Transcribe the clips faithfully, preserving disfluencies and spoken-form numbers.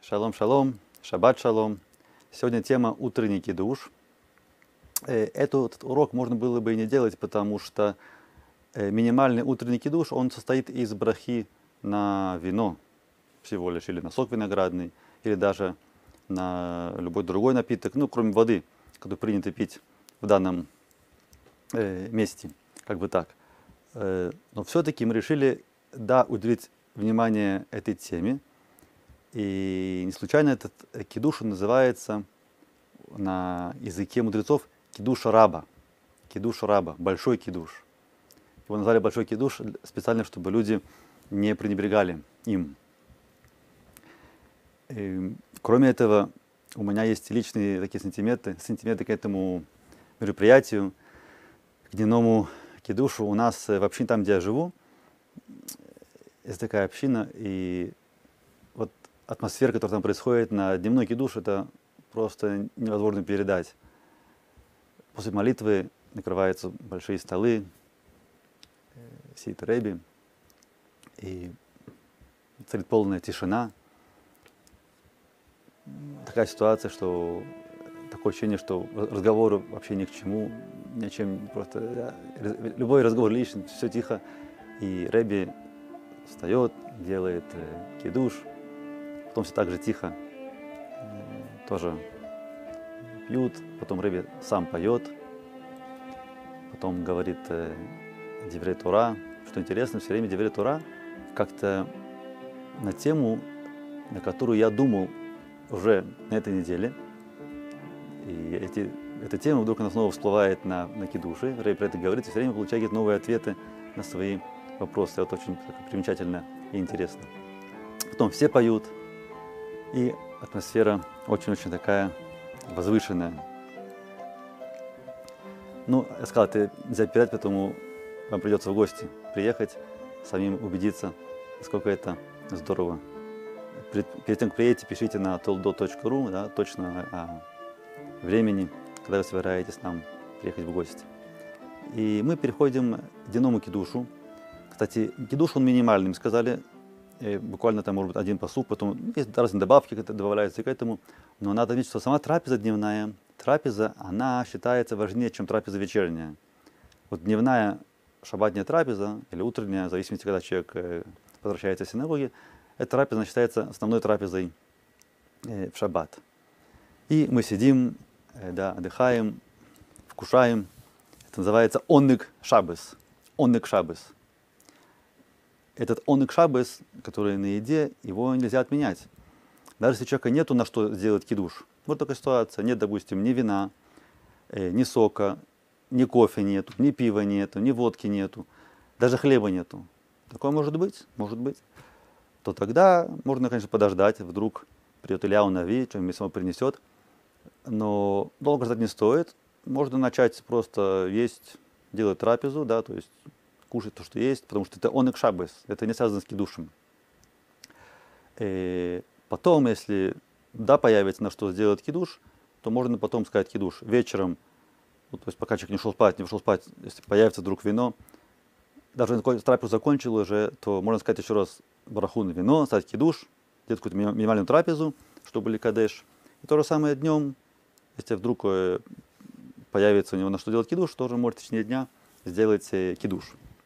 Шалом, шалом, шаббат шалом. Сегодня тема утренний кидуш. Этот урок можно было бы и не делать, потому что минимальный утренний кидуш, он состоит из брахи на вино всего лишь, или на сок виноградный, или даже на любой другой напиток, ну, кроме воды, который принято пить в данном э, месте, как бы так. Э, но все-таки мы решили, да, уделить внимание этой теме. И не случайно этот кидуш называется на языке мудрецов кидуш раба. Кидуш раба, большой кидуш. Его назвали большой кидуш специально, чтобы люди не пренебрегали им. И, кроме этого, у меня есть личные такие сантименты, сантименты к этому мероприятию, к дневному кидушу. У нас в общине, там, где я живу, есть такая община, и вот атмосфера, которая там происходит на дневной кидуш, это просто невозможно передать. После молитвы накрываются большие столы, сидит рэби, и царит полная тишина. Такая ситуация, что такое ощущение, что разговору вообще ни к чему, ни о чем, просто да, любой разговор лишний, все тихо, и рэби встает, делает э, кидуш. Потом все так же тихо тоже пьют, потом рэби сам поет, потом говорит э, Деврей Тора. Что интересно, все время Деврей Тора как-то на тему, на которую я думал уже на этой неделе. И эти, эта тема вдруг она снова всплывает на, на кидуше. Рэби про это говорит, и все время получает новые ответы на свои вопросы. Это очень примечательно и интересно. Потом все поют. И атмосфера очень-очень такая возвышенная. Ну, я сказал, это нельзя передать, поэтому вам придется в гости приехать, самим убедиться, насколько это здорово. Перед, перед тем, как приедете, пишите на толдот точка ру, да, точно о времени, когда вы собираетесь нам приехать в гости. И мы переходим к дневному кидушу. Кстати, кидуш он минимальный, мы сказали. И буквально там может быть один посук, потом есть разные добавки, которые добавляются к этому. Но надо видеть, что сама трапеза дневная, трапеза, она считается важнее, чем трапеза вечерняя. Вот дневная шаббатная трапеза, или утренняя, в зависимости, когда человек возвращается из синагоги, эта трапеза считается основной трапезой в шаббат. И мы сидим, да, отдыхаем, вкушаем. Это называется онник шаббес. Онник шаббес. Этот онник шаббес, который на еде, его нельзя отменять. Даже если у человека нету на что сделать кидуш. Вот такая ситуация. Нет, допустим, ни вина, э, ни сока, ни кофе нету, ни пива нету, ни водки нету, даже хлеба нету. Такое может быть? Может быть. То тогда можно, конечно, подождать. Вдруг придет Ильяу Нави, что-нибудь само принесет. Но долго ждать не стоит. Можно начать просто есть, делать трапезу, да, то есть кушать то, что есть, потому что это онек шаббес, это не связано с кидушем. И потом, если да, появится на что сделать кидуш, то можно потом сказать кидуш. Вечером, ну, то есть пока человек не шел спать, не ушел спать, если появится вдруг вино, даже если трапезу закончил уже, то можно сказать еще раз бараху на вино, сказать кидуш, делать какую-то минимальную трапезу, чтобы были кадеш. И то же самое днем, если вдруг появится у него на что делать кидуш, тоже может в течение дня сделать кидуш.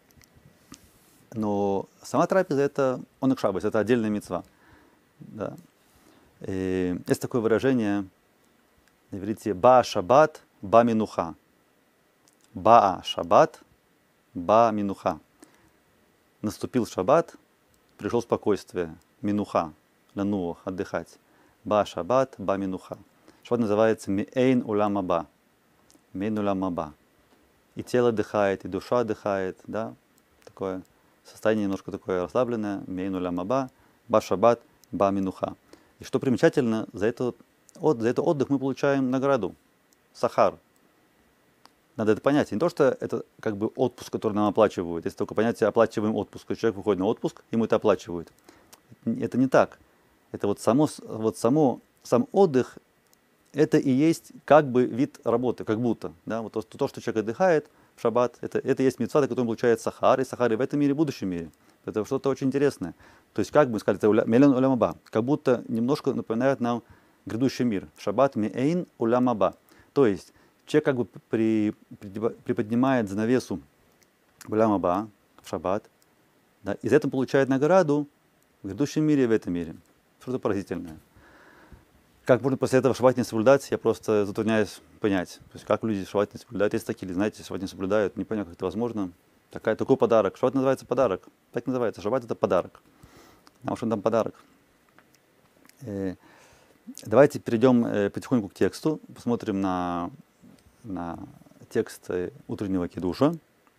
Но сама трапеза это онек шаббес, это отдельная мицва. Да. И есть такое выражение на иврите ба шаббат, ба минуха. Баа шаббат, ба минуха. Наступил шаббат, пришло спокойствие, минуха, лануах, отдыхать. Ба шаббат, ба минуха. Шаббат называется миэйн улам аба. Миэйн улам аба. И тело отдыхает, и душа отдыхает, да, такое состояние немножко такое расслабленное, мейн улам аба, ба шаббат, ба минуха. И что примечательно, за этот, от, за этот отдых мы получаем награду, сахар. Надо это понять. Не то, что это как бы отпуск, который нам оплачивают. Есть только понятие оплачиваем отпуск. Когда человек выходит на отпуск, ему это оплачивают. Это не так. Это вот само, вот само, сам отдых, это и есть как бы вид работы, как будто. Да? Вот то, то, что человек отдыхает в шаббат, это, это есть мицва, за которую он получает сахар, и сахар и в этом мире, и в будущем мире. Это что-то очень интересное. То есть, как бы сказать, это мелен улям аба, как будто немножко напоминает нам грядущий мир. Шаббат меэйн улям аба. То есть, человек как бы при, при, приподнимает занавесу улям аба в шаббат, да, и за это получает награду в грядущем мире и в этом мире. Что-то поразительное. Как можно после этого шаббат не соблюдать, я просто затрудняюсь понять. То есть, как люди шаббат не соблюдают. Есть такие, знаете, шаббат не соблюдают, не понимаю, как это возможно. Такая, такой подарок. Шаббат называется подарок. Так называется. Шаббат — это подарок. А уж он там подарок. Э, давайте перейдем э, потихоньку к тексту. Посмотрим на, на текст э, утреннего кидуша.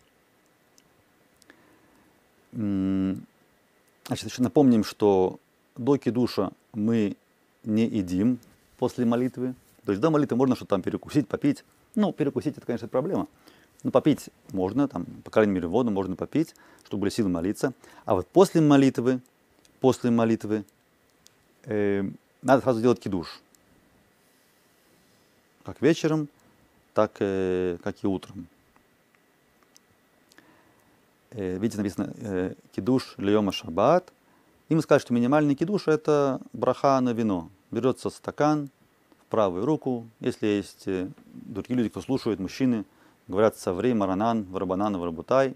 М, Значит, еще напомним, что до кидуша мы не едим после молитвы. То есть до молитвы можно что-то там перекусить, попить. Ну, перекусить — это, конечно, проблема. Но попить можно, там, по крайней мере, воду можно попить, чтобы были силы молиться. А вот после молитвы, после молитвы э, надо сразу делать кидуш. Как вечером, так, э, как и утром. Э, видите, написано э, кидуш льема шаббат. И мы скажем, что минимальный кидуш — это браха на вино. Берется стакан в правую руку. Если есть э, другие люди, кто слушают, мужчины, говорят «Саври, Маранан, Варабанан, Варабутай».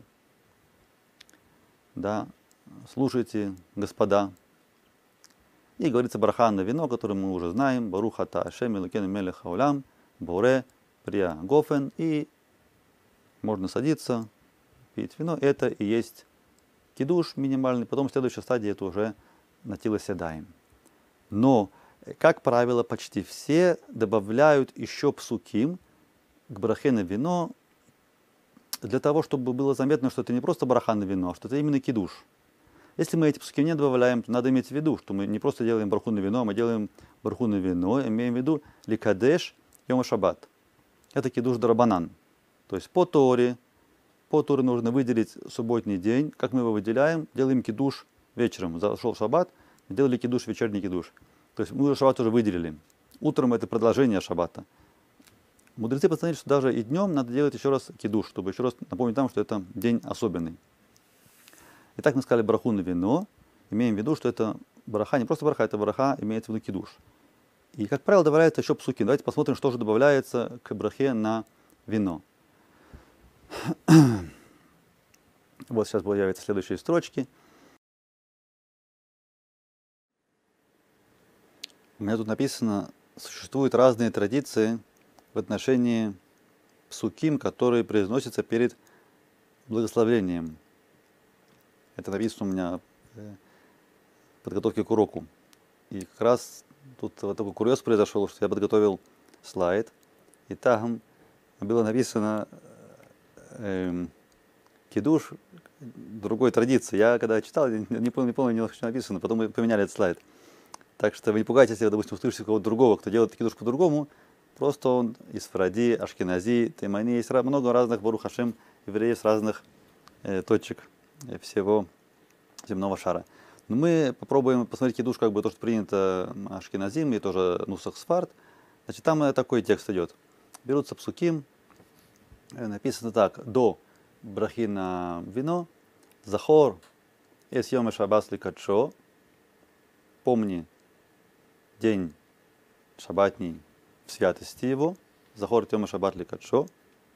Да, слушайте, господа. И говорится браха на вино, которое мы уже знаем. Барух ата Ашем Элокену мелех хаолам, боре прия гофен. И можно садиться, пить вино. Это и есть кидуш минимальный. Потом следующая стадия — это уже натила седаем. Но, как правило, почти все добавляют еще псуким к брахе на вино, для того, чтобы было заметно, что это не просто браха на вино, а что это именно кидуш. Если мы эти псуки не добавляем, то надо иметь в виду, что мы не просто делаем браху на вино, а мы делаем браху на вино, имеем в виду ликадеш йома шаббат. Это кидуш дарабанан. То есть по Торе, по Торе нужно выделить субботний день. Как мы его выделяем? Делаем кидуш вечером. Зашел шаббат, делали кидуш, вечерний кидуш. То есть мы уже шаббат уже выделили. Утром это продолжение шаббата. Мудрецы постановили, что даже и днем надо делать еще раз кидуш, чтобы еще раз напомнить нам, что это день особенный. Итак, мы сказали браху на вино, имеем в виду, что это браха, не просто браха, это браха, имеется в виду кидуш. И, как правило, добавляется еще псуки. Давайте посмотрим, что же добавляется к брахе на вино. Вот сейчас появятся следующие строчки. У меня тут написано, существуют разные традиции в отношении псуким, которые произносятся перед благословением. Это написано у меня в подготовке к уроку. И как раз тут вот такой курьез произошел, что я подготовил слайд, и там было написано э, кидуш другой традиции. Я когда читал, не помню, не помню, что написано, потом мы поменяли этот слайд. Так что вы не пугайтесь, если вы, допустим, услышите кого-то другого, кто делает кидуш по-другому. Просто он из Фаради, Ашкенази, Таймани. Есть много разных, Барух Хашем, евреев с разных э, точек всего земного шара. Но мы попробуем посмотреть кидуш, как бы то, что принято Ашкеназим, и тоже Нусах Сфард. Значит, там э, такой текст идет. Берутся псуким, э, написано так: до брахи на вино, захор, эс йоме шаббас ликадшо, помни день шаббатний в святости его, захор тема шаббат ликадшо,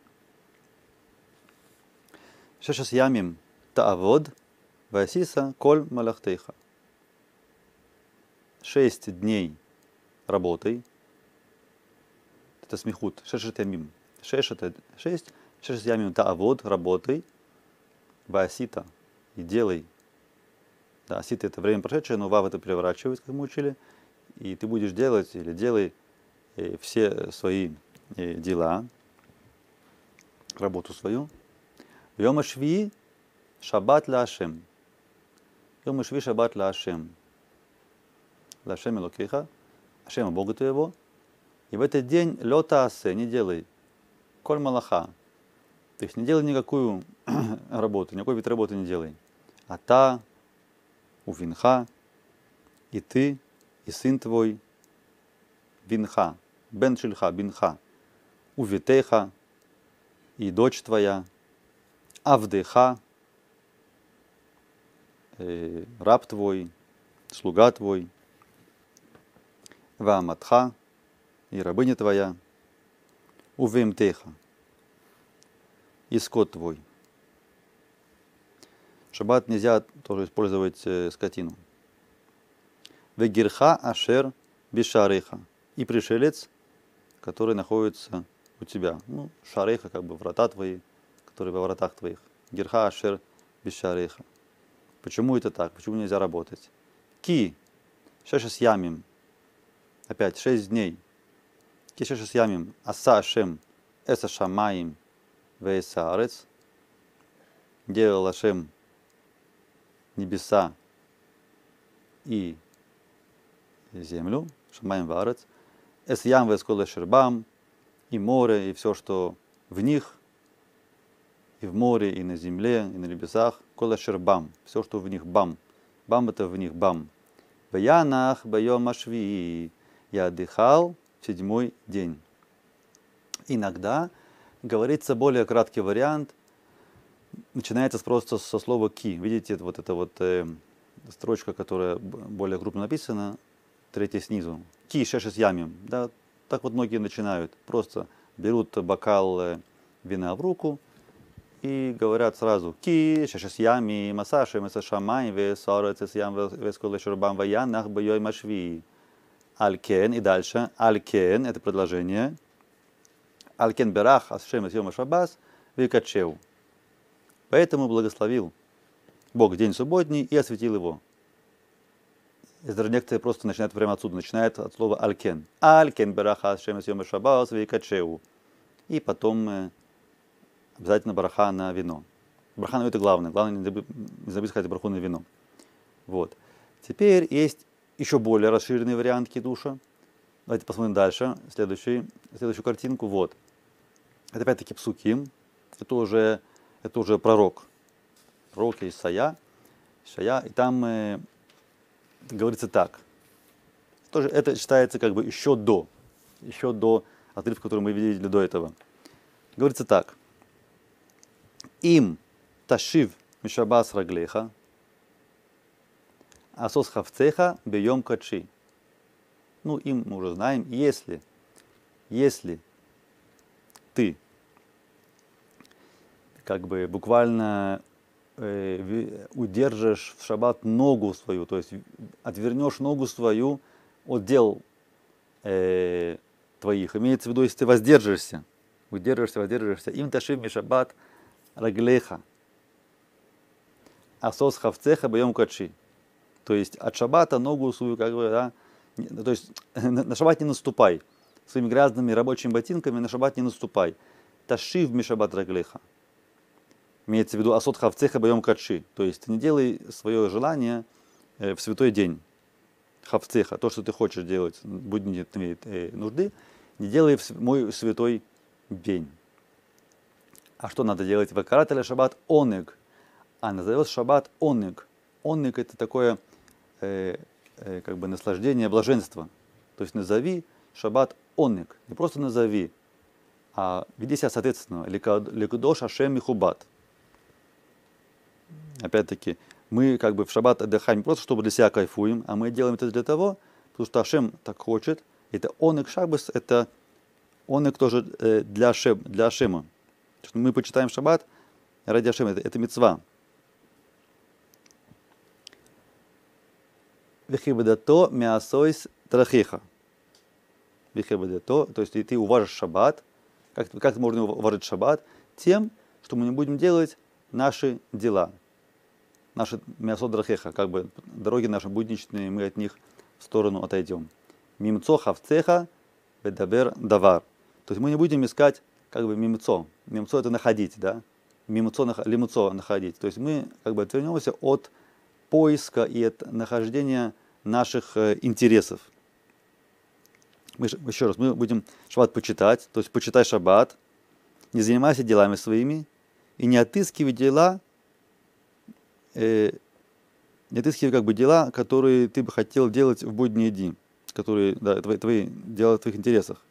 шешес ямим таавод, васиса коль малахтейха. Шесть дней работай, это смехут, шешет ямим, шеш это шесть, шешес ямим таавод, работай, васита, и делай. Да, асита — это время прошедшее, но вав — это переворачивает, как мы учили, и ты будешь делать или делай э, все свои э, дела, работу свою. Йома шви шаббат ла Ашем. Йома шви шаббат ла Ашем. Ла Ашем элокеха. Ашема Бога твоего. И в этот день лёта асе, не делай. Коль малаха. То есть не делай никакую работу, никакой вид работы не делай. А та у винха, и ты, и сын твой, винха, бен шильха, бинха, у витеха, и дочь твоя, авдеха, э, раб твой, слуга твой, вааматха, и рабыня твоя, увемтеха, и скот твой. В шаббат нельзя тоже использовать э, скотину. Вегирха ашер бишареха, и пришелец, который находится у тебя. Ну, шареха, как бы врата твои, которые во вратах твоих. Гирха ашер бишареха. Почему это так? Почему нельзя работать? Ки шешес ямим. Опять шесть дней. Ки шешес ямим. Аса ашем эса шамаим веэса арец. Делал Ашем небеса и землю. Шамаим ваарец. Эс ям вэсколэ шербам. И море, и все, что в них, и в море, и на земле, и на небесах. Колэ шербам. Все, что в них. Бам. Бам это в них. Бам. Баянах байом ашви. Я отдыхал в седьмой день. Иногда говорится более краткий вариант. Начинается просто со слова ки. Видите, вот эта вот э, строчка, которая более крупно написана, третья снизу. Ки шешес ямим. Да, так вот многие начинают. Просто берут бокал э, вина в руку и говорят сразу ки шешес ямим, масаши, масашамай, весарец, ям, весколе шурбам, ваянах, байой машви. Алькен, и дальше. Алькен, это предложение. Алькен берах, асшем, асьем, шаббас, викачеу. Поэтому благословил Бог день субботний и осветил его. И даже некоторые просто начинают прямо отсюда, начинают от слова алькен. Алькен бераха асшем, асьем, шаббас, викачеу. И потом э, обязательно браха на вино. Браха на вино это главное. Главное не забыть, не забыть сказать браху на вино. Вот. Теперь есть еще более расширенный вариант кидуша. Давайте посмотрим дальше, следующий, следующую картинку. Вот. Это опять-таки псуким. Это уже, это уже пророк. Пророк Исайя. Исайя. И там э, говорится так. Тоже это считается как бы еще до. Еще до отрывка, который мы видели до этого. Говорится так. Им ташив мишабас раглеха. Асос хавцеха бьем качи. Ну, им мы уже знаем, если, если ты как бы буквально э, удержишь в шаббат ногу свою, то есть отвернешь ногу свою от дел э, твоих, имеется в виду, если ты воздержишься, удержишься, воздержишься, им ташив мишаббат раглеха. Асос хавцеха бьем качи. То есть от шаббата ногу свою, как бы, да, то есть на шаббат не наступай. Своими грязными рабочими ботинками на шаббат не наступай. Ташив мишаббат раглеха. Имеется в виду асот хавцеха байом качи. То есть не делай свое желание в святой день. Хавцеха, то, что ты хочешь делать, будни твоей нужды, не делай в мой святой день. А что надо делать? Вакарателя шаббат онег. А назовет шаббат онег. Онег это такое э, э, как бы наслаждение, блаженство. То есть назови шаббат онег. Не просто назови, а веди себя соответственно. Лекудош ашем михубат. Опять-таки, мы как бы в шаббат отдыхаем не просто, чтобы для себя кайфуем, а мы делаем это для того, потому что Ашем так хочет. Это онег шаббас, это онег тоже э, для, Ашем, для Ашема. Мы почитаем шаббат ради Ашема, это, это мицва. Вихибедато миасойс трахиха. Вихибедато, то есть ты уважишь шаббат. Как, как можно уважить шаббат? Тем, что мы не будем делать наши дела. Наши миасот драхеха, как бы дороги наши будничные, мы от них в сторону отойдем. Мимцо хавцеха ведабер давар. То есть мы не будем искать как бы мимцо. Мимцо это находить, да? Мимцо, лимцо находить. То есть мы как бы отвернемся от поиска и от нахождения наших э, интересов. Мы, еще раз, мы будем шаббат почитать, то есть почитай шаббат, не занимайся делами своими и не отыскивай дела, э, не отыскивай как бы дела, которые ты бы хотел делать в будние дни, которые, да, твои, твои дела в твоих интересах.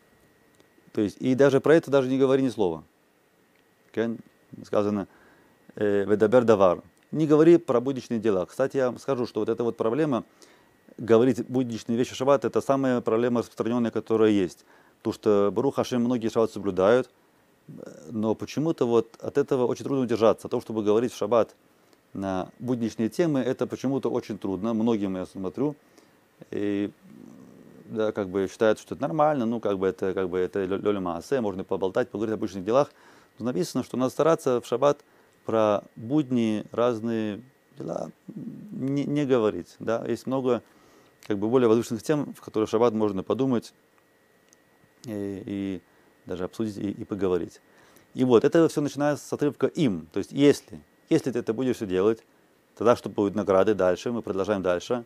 То есть, и даже про это даже не говори ни слова. Okay? Сказано, ведабер давар. Не говори про будничные дела. Кстати, я вам скажу, что вот эта вот проблема, говорить будничные вещи в шаббат, это самая проблема распространенная, которая есть. Потому что Барух Хашем многие шаббат соблюдают, но почему-то вот от этого очень трудно удержаться. О том, чтобы говорить в шаббат на будничные темы, это почему-то очень трудно. Многим я смотрю, и да, как бы считают, что это нормально, ну как бы это как бы это лёля маасе, можно поболтать, поговорить о обычных делах. Но написано, что надо стараться в шаббат про будни, разные дела не, не говорить. Да? Есть много как бы более возвышенных тем, в которые в шаббат можно подумать и, и даже обсудить и, и поговорить. И вот это все начинается с отрывка им. То есть если, если ты это будешь все делать, тогда что будут награды дальше, мы продолжаем дальше.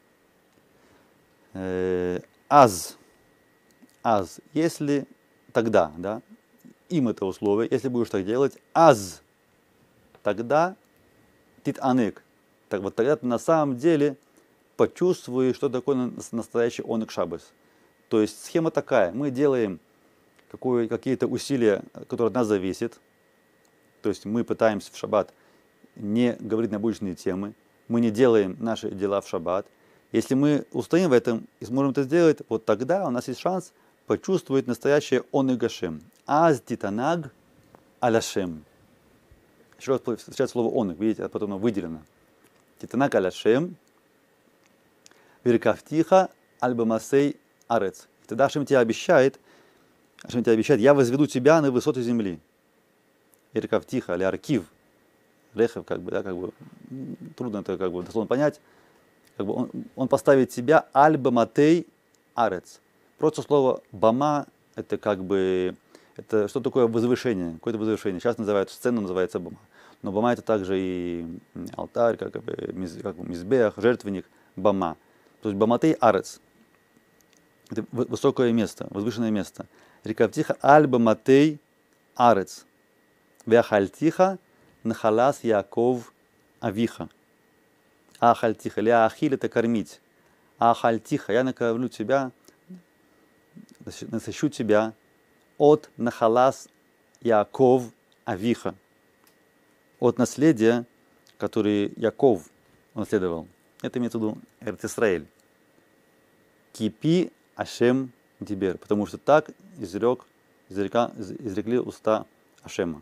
Аз, аз, если тогда, да, им это условие, если будешь так делать, аз, тогда тит анек, так вот тогда ты на самом деле почувствуешь, что такое настоящий онек шаббас. То есть схема такая, мы делаем какое, какие-то усилия, которые от нас зависят, то есть мы пытаемся в шаббат не говорить на будничные темы, мы не делаем наши дела в шаббат. Если мы устоим в этом и сможем это сделать, вот тогда у нас есть шанс почувствовать настоящее онек гашем. Аз титанаг аляшем. Еще раз встречается слово онек, видите, потом оно выделено. Титанаг аляшем. Виркавтиха альбамасей арец. Тогда Ашем тебе обещает, Ашем тебе обещает, я возведу тебя на высоты земли. Виркавтиха, или аркив. Рехев, как бы, да, как бы, трудно это как бы дословно понять. Как бы он, он поставит тебя альбаматей арец. Просто слово бама, это как бы, это что такое возвышение, какое-то возвышение. Сейчас называют сцену, называется бама. Но бама это также и алтарь, как бы, миз, как бы мизбех, жертвенник, бама. То есть баматей арец. Это высокое место, возвышенное место. Рекавтиха альбаматей арец. Веахальтиха нахалас Яков авиха. Ахальтиха, или ахиль это кормить. Ахальтиха, я накормлю тебя, насыщу тебя от нахалас Яков авиха. От наследия, который Яков унаследовал. Это имеется в виду Эрец Исраэль. Кипи Ашем Дибер. Потому что так изрек, изрека, изрекли уста Ашема.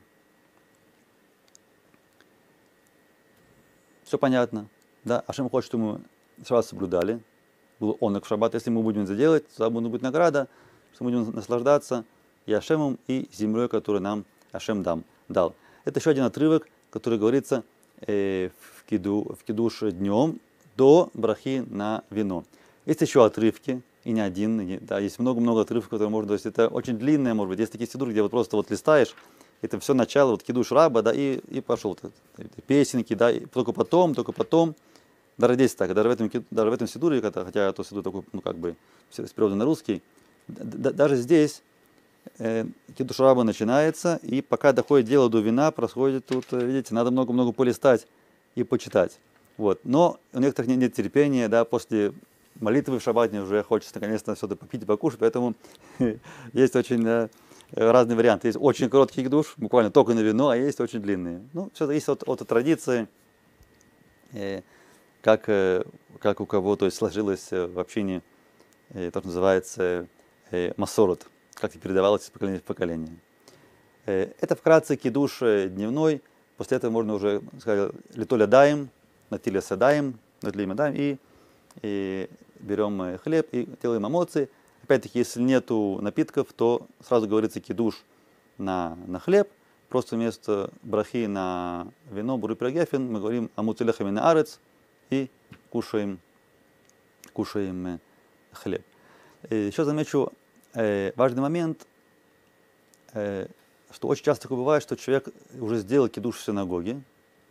Все понятно. Да? Ашем хочет, чтобы мы шаббат соблюдали. Был онек в шаббат. Если мы будем это делать, то будет награда, что мы будем наслаждаться и Ашемом, и землей, которую нам Ашем дам, дал. Это еще один отрывок, который говорится э, в, киду, в кидуш днем до брахи на вино. Есть еще отрывки, и не один, и, да, есть много-много отрывков, которые можно, то есть это очень длинное, может быть, есть такие сидуры, где вот просто вот листаешь, это все начало, вот кидуш раба, да, и, и пошел, вот, песенки, да, и только потом, только потом, даже здесь так, даже в этом, даже в этом сидуре, хотя это сидур такой, ну, как бы, с перевода на русский, да, даже здесь э, кидуш раба начинается, и пока доходит дело до вина, происходит тут, видите, надо много-много полистать и почитать. Вот. Но у некоторых нет терпения, да, после молитвы в шаббат уже хочется наконец-то все это попить и покушать, поэтому есть очень да, разные варианты. Есть очень короткий душ, буквально только на вино, а есть очень длинные. Ну, все зависит от, от традиции, э, как, э, как у кого то есть, сложилось в общине, э, то, что называется э, масорот, как это передавалось из поколения в поколение. Э, это вкратце кидуш дневной, после этого можно уже сказать литоля даем, натиля садаем, натлима даем, и И берем хлеб и делаем эмоции. Опять-таки, если нету напитков, то сразу говорится кидуш на, на хлеб. Просто вместо брахи на вино, буры пирогефин, мы говорим амуцелехами на арец и кушаем, кушаем хлеб. И еще замечу э, важный момент, э, что очень часто такое бывает, что человек уже сделал кидуш в синагоге,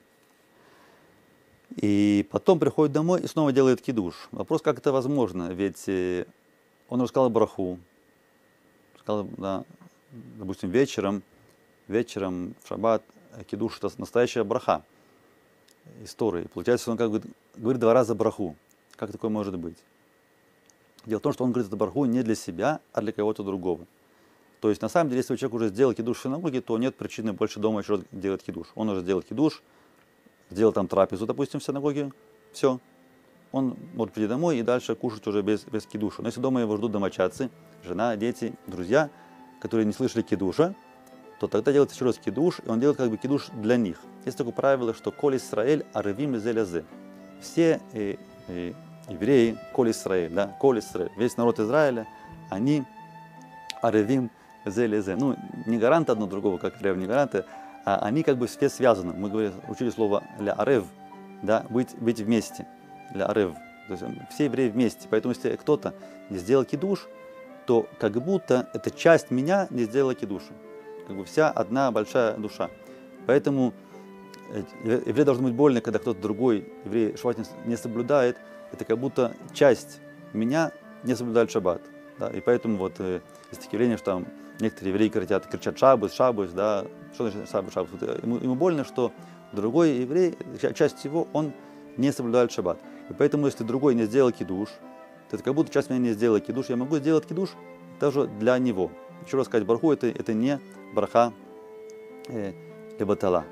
и потом приходит домой и снова делает кидуш. Вопрос, как это возможно? Ведь он рассказал браху, сказал, да, допустим, вечером, вечером в шаббат кидуш это настоящая браха из Торы. Получается, он как бы говорит два раза браху. Как такое может быть? Дело в том, что он говорит эту браху не для себя, а для кого-то другого. То есть, на самом деле, если человек уже сделал кидуш в синагоге, то нет причины больше дома еще раз делать кидуш. Он уже сделал кидуш, сделал там трапезу, допустим, в синагоге, все. Он может прийти домой и дальше кушать уже без, без кидуша. Но если дома его ждут домочадцы, жена, дети, друзья, которые не слышали кидуша, то тогда делается еще раз кидуш, и он делает как бы кидуш для них. Есть такое правило, что «Коль Исраэль аревим лезе-лезе». Все э, э, евреи, «Коль Исраэль», да, «Коль Исраэль», весь народ Израиля, они аревим лезе-лезе. Ну, не гаранты одно другого, как арев, не гаранты, а они как бы все связаны. Мы говорили, учили слово «ля арев», да, быть, быть вместе, «ля арев». То есть все евреи вместе. Поэтому если кто-то не сделал кидуш, то как будто эта часть меня не сделала кидуша. Как бы вся одна большая душа. Поэтому еврею должно быть больно, когда кто-то другой еврей шаббат не соблюдает. Это как будто часть меня не соблюдает шаббат. Да? И поэтому вот э, есть такие явления, что там некоторые евреи кричат, кричат шаббат, шаббат, да, что значит шаббат, шаббат. Вот ему, ему больно, что другой еврей, часть его, он не соблюдает шаббат. И поэтому, если другой не сделал кидуш, то это как будто часть меня не сделала кидуш, я могу сделать кидуш даже для него. Еще раз сказать, барху это, это не браха э, лебатала.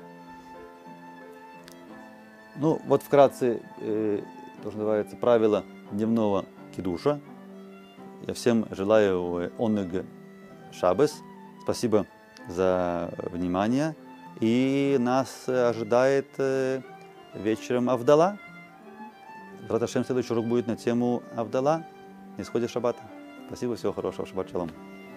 Ну, вот вкратце, э, то, что называется, правило дневного кидуша. Я всем желаю онег шабес. Спасибо за внимание. И нас ожидает э, вечером Авдала. Браташем, следующий урок будет на тему Авдала, исходе шаббата. Спасибо, всего хорошего, шаббат шалом.